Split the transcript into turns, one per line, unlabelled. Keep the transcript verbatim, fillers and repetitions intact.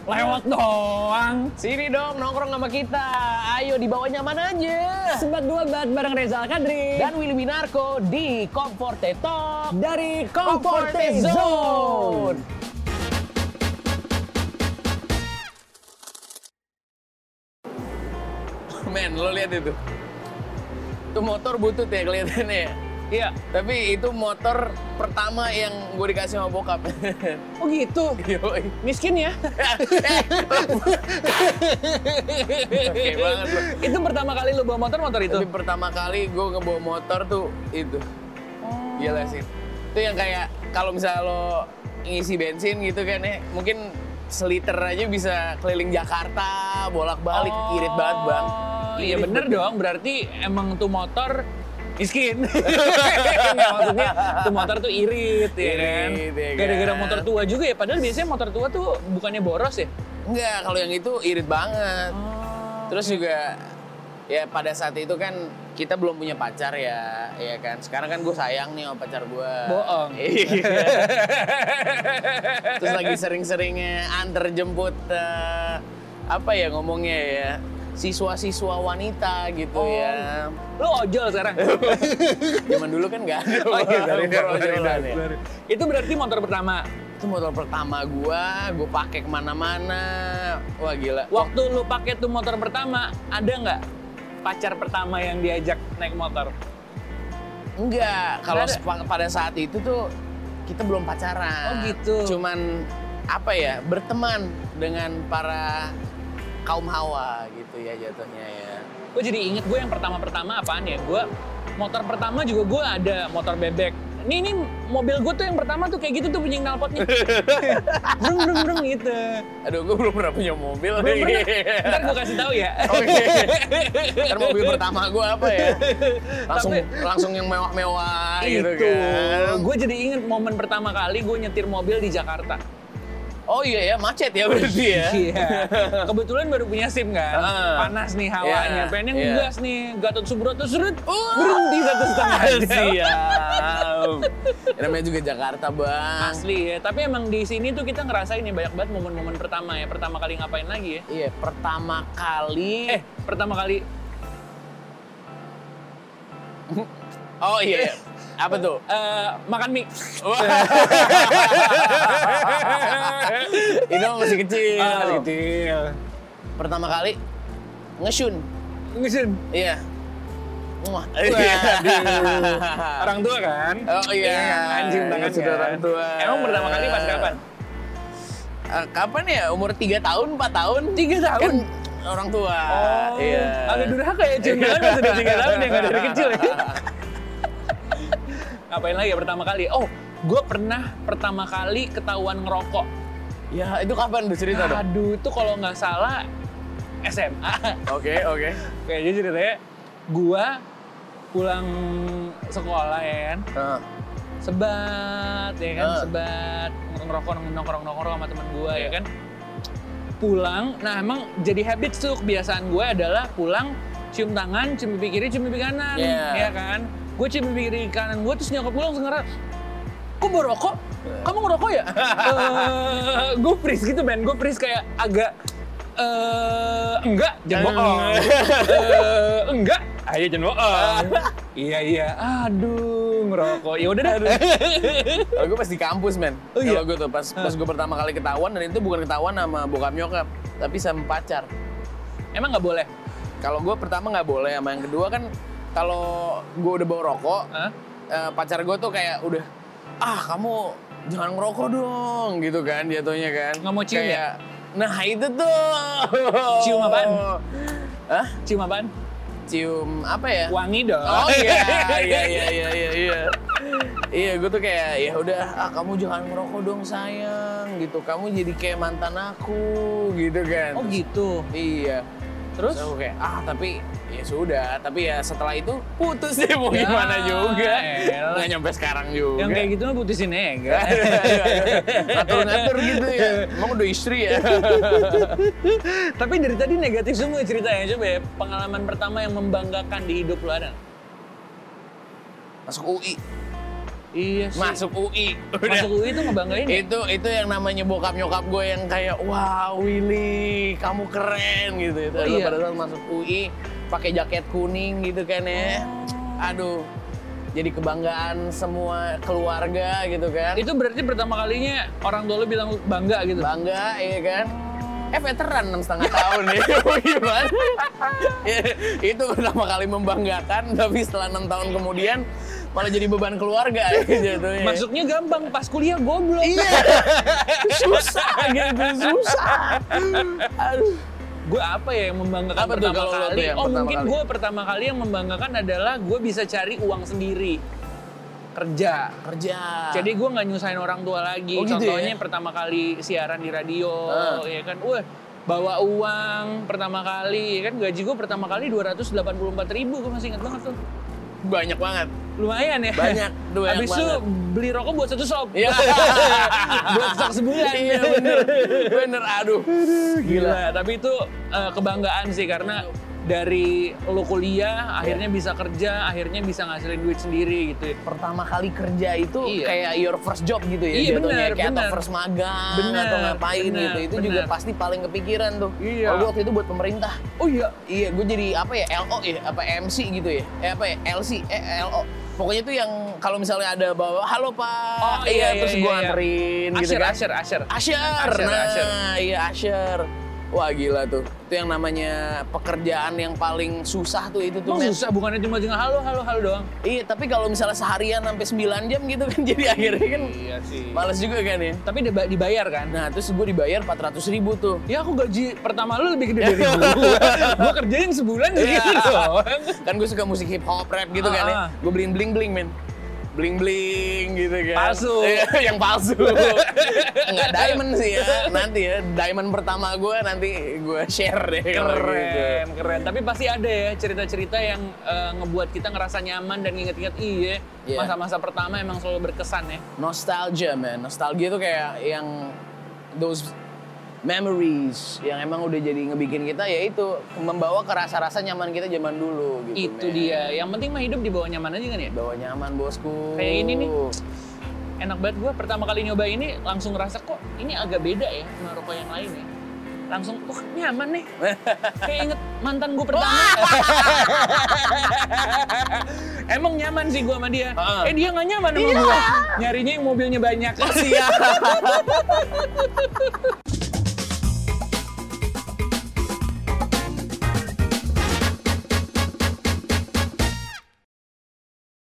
Lewat doang.
Sini dong nongkrong sama kita. Ayo dibawa nyaman aja.
Sebat dua bat bareng Reza Al-Kadri
Dan Willy Winarko di Comforte Talk
dari Comforte Zone.
Men, lo lihat itu. Itu motor butut ya kelihatannya ya.
Iya.
Tapi itu motor pertama yang gue dikasih sama bokap.
Oh gitu.
Yoi.
Miskin ya.
Oke banget lo.
Itu pertama kali lu bawa motor motor itu.
Tapi pertama kali gue ngebawa motor tuh itu.
Oh.
Gila sih. Itu yang kayak kalau misalnya lo ngisi bensin gitu kan ya, mungkin seliter aja bisa keliling Jakarta, bolak-balik,
Oh,
irit banget bang.
Iya
Irit
bener
banget.
dong, berarti emang tuh motor miskin. Nggak, maksudnya tuh motor tuh irit ya kan.
Irit, ya kan?
Gara-gara motor tua juga ya, padahal biasanya motor tua tuh bukannya boros ya.
Enggak, kalau yang itu irit banget.
Oh.
Terus juga ya pada saat itu kan kita belum punya pacar ya, ya kan. Sekarang kan gue sayang nih sama pacar gue.
Bohong.
Iya. Terus lagi sering-seringnya antar jemput uh, apa ya ngomongnya ya, siswa-siswa wanita gitu
Oh.
ya.
Lu ojol sekarang.
Zaman dulu kan nggak ada.
Oh iya, dari
Ojol-ojolan ya.
Itu berarti motor pertama.
Itu motor pertama gua, gua pakai kemana-mana. Wah gila.
Waktu lu pakai tuh motor pertama, ada nggak pacar pertama yang diajak naik motor?
Enggak, kalau
Nggak ada?
sepa- pada saat itu tuh kita belum pacaran.
Oh, gitu.
Cuman apa ya, berteman dengan para kaum hawa gitu ya jatuhnya ya.
Gue jadi inget gue yang pertama-pertama apaan ya? Gue motor pertama juga gue ada motor bebek. Nih, ini mobil gue tuh yang pertama tuh kayak gitu tuh bunyi knalpotnya. Brung, brung, brung gitu.
Aduh, gue belum pernah punya mobil.
Belum pernah. Ntar gue kasih tahu ya.
Oke. Ntar mobil pertama gue apa ya? Langsung
Tapi-
langsung yang mewah-mewah gitu
Itu.
kan.
Gue jadi inget momen pertama kali gue nyetir mobil di Jakarta.
Oh iya ya, macet ya berarti ya.
Iya. Kebetulan baru punya SIM kan.
Ah.
Panas nih hawanya.
Iya,
Pengen
iya.
ngegas nih. Gatot Subroto seret.
Uh.
Berhenti satu setengah jam.
Siap. Namanya juga Jakarta, Bang.
Asli ya. Tapi emang di sini tuh kita ngerasain nih banyak banget momen-momen pertama ya. Pertama kali ngapain lagi ya?
Iya, pertama kali.
Eh, pertama kali
Oh iya, iya. Apa tuh?
eh, makan mie.
Ini masih kecil.
Ah, masih kecil.
Pertama kali ngesun.
Ngesin.
Iya. Wah,
Waduh. Orang tua kan?
Oh iya,
Anjing tangan
sudah orang tua.
Emang pertama kali pas kapan?
Eh, kapan ya? Umur tiga tahun, empat tahun?
Tiga tahun?
Kan orang tua.
Oh,
Iya.
agak durhaka ya, cium tangan pas udah tiga tahun ya, nggak dari kecil ya. Ngapain lagi ya pertama kali? Oh, gue pernah pertama kali ketahuan ngerokok.
Ya, itu kapan tuh cerita dong?
Aduh, itu kalau nggak salah S M A.
Oke, oke.
Kayaknya ceritanya, gue pulang sekolah ya kan,
Heeh.
sebat ya kan,
Ah.
sebat ngerokok nongkrong-nongkrong sama teman gue ya kan. Pulang, nah emang jadi habit tuh kebiasaan gue adalah pulang cium tangan, cium pipi kiri, cium pipi kanan,
Yeah.
ya kan. Gue cium pipi kiri kanan gue terus nyokap gue langsung ngerasa, kok baru rokok? Kamu ngerokok ya? Eh, gue freeze gitu men, gue freeze kayak agak eh enggak, jangan bohong. Eh, enggak, ayo jangan bohong. Iya iya, aduh ngerokok. Ya udah dah.
Kalau gue pas di kampus, men.
Oh, iya?
Kalau gue tuh pas pas gue pertama kali ketahuan, dan itu bukan ketahuan sama bokap nyokap, tapi sama pacar.
Emang nggak boleh?
Kalau gue pertama nggak boleh, sama yang kedua kan kalau gue udah bawa rokok,
Hah?
eh, pacar gue tuh kayak udah, ah kamu jangan ngerokok dong, gitu kan jatuhnya kan.
Nggak mau cium ya?
Kayak, nah itu tuh.
Cium apaan?
Hah?
Cium apaan?
Cium apa ya?
Wangi dong.
Oh iya, iya, iya, iya, iya, iya. Iya, gue tuh kayak ya udah, ah kamu jangan ngerokok dong sayang, gitu. Kamu jadi kayak mantan aku, gitu kan.
Oh gitu.
Iya.
Terus?
Terus aku kayak, ah tapi ya sudah. Tapi ya setelah itu putus deh, mau
Ya,
gimana juga.
elah.
Nggak nyampe sekarang juga.
Yang kayak gitu mah putusin aja enggak.
Ngatur-ngatur gitu ya. Emang udah istri ya?
Tapi dari tadi negatif semua ceritanya. Coba ya, pengalaman pertama yang membanggakan di hidup lu ada nggak?
Masuk U I.
Iya sih.
Masuk U I. Udah.
Masuk U I itu ngebanggain ya?
Itu itu yang namanya bokap nyokap gue yang kayak wah Willy kamu keren gitu. Itu
Oh, iya?
pada saat masuk U I pakai jaket kuning gitu kan ya.
Oh.
Aduh. Jadi kebanggaan semua keluarga gitu kan.
Itu berarti pertama kalinya orang tua lu bilang bangga gitu?
Bangga iya kan. Eh veteran enam setengah tahun nih. Gimana? Ya, itu pertama kali membanggakan tapi setelah enam tahun kemudian malah jadi beban keluarga jatuhnya.
Masuknya gampang, pas kuliah goblok.
Iya. Susah gitu, susah. Aduh.
Gue apa ya yang membanggakan
Apa tuh
pertama
kalau lo tuh
kali?
yang
Oh
pertama
mungkin
kali?
gue pertama kali yang membanggakan adalah gue bisa cari uang sendiri. Kerja.
Kerja.
Jadi gue nggak nyusahin orang tua lagi.
Oh, gitu
Contohnya
ya?
pertama kali siaran di radio,
Ah.
ya kan. Wah, bawa uang pertama kali, ya kan. Gaji gue pertama kali dua ratus delapan puluh empat ribu, gue masih ingat banget tuh.
Banyak banget.
Lumayan ya.
Banyak, tuh banyak
Habis itu
banget.
beli rokok buat satu sop.
Iya.
Buat stok sebulan.
Iya bener. Bener, aduh.
Gila, tapi itu eh, kebanggaan sih karena dari lo kuliah akhirnya bisa kerja, akhirnya bisa ngasilin duit sendiri gitu ya.
Pertama kali kerja itu
Iya.
kayak your first job gitu ya.
Iya,
jatuhnya.
bener,
Kayak
bener.
atau first magang
Bener,
atau ngapain
bener,
gitu. Itu
bener.
juga pasti paling kepikiran tuh.
Iya.
Kalau gue waktu itu buat pemerintah.
Oh iya,
Iya, gue jadi apa ya, L O ya, apa M C gitu ya, eh apa ya, L C, eh L O. Pokoknya tuh yang kalau misalnya ada bawa, halo Pak,
Oh, iya, iya,
terus
iya,
gue
iya.
anterin gitu
Asher,
kan.
Asher, Asher.
Asher,
Asher,
nah
Asher.
iya Asher. Wah gila tuh, itu yang namanya pekerjaan yang paling susah tuh itu tuh.
Emang
men.
susah, bukannya cuma cuma halo, halo, halo doang.
Iya, tapi kalau misalnya seharian sampai sembilan jam gitu kan, jadi akhirnya kan
Iya sih.
males juga kan ya.
Tapi diba- dibayar kan?
Nah terus gue dibayar empat ratus ribu tuh.
Ya aku gaji pertama lu lebih gede dari gua. Gua kerjain sebulan segitu doang.
Kan gue suka musik hip hop rap gitu kan ya.
Ah, ah.
Gue beliin bling bling men. Bling bling gitu kan.
Palsu.
Yang palsu. Enggak diamond sih ya. Nanti ya diamond pertama gue nanti gue share deh. kalau gitu.
Keren, keren. Tapi pasti ada ya cerita-cerita yang eh, ngebuat kita ngerasa nyaman dan inget-inget iya.
Iya.
Masa-masa pertama emang selalu berkesan ya.
Nostalgia man. Nostalgia itu kayak yang those memories yang emang udah jadi ngebikin kita ya itu membawa ke rasa-rasa nyaman kita zaman dulu gitu.
Itu
men.
dia. Yang penting mah hidup di bawah nyaman aja kan ya.
Bawa nyaman bosku.
Kayak ini nih. Enak banget gue pertama kali nyoba ini langsung ngerasa kok ini agak beda ya sama rokok yang lain ya. Langsung, wah nyaman nih. Kayak inget mantan gue pertama. Emang nyaman sih gue sama dia.
Heeh.
Eh dia nggak nyaman sama
Iya.
gue. Nyarinya yang mobilnya banyak.
Siap.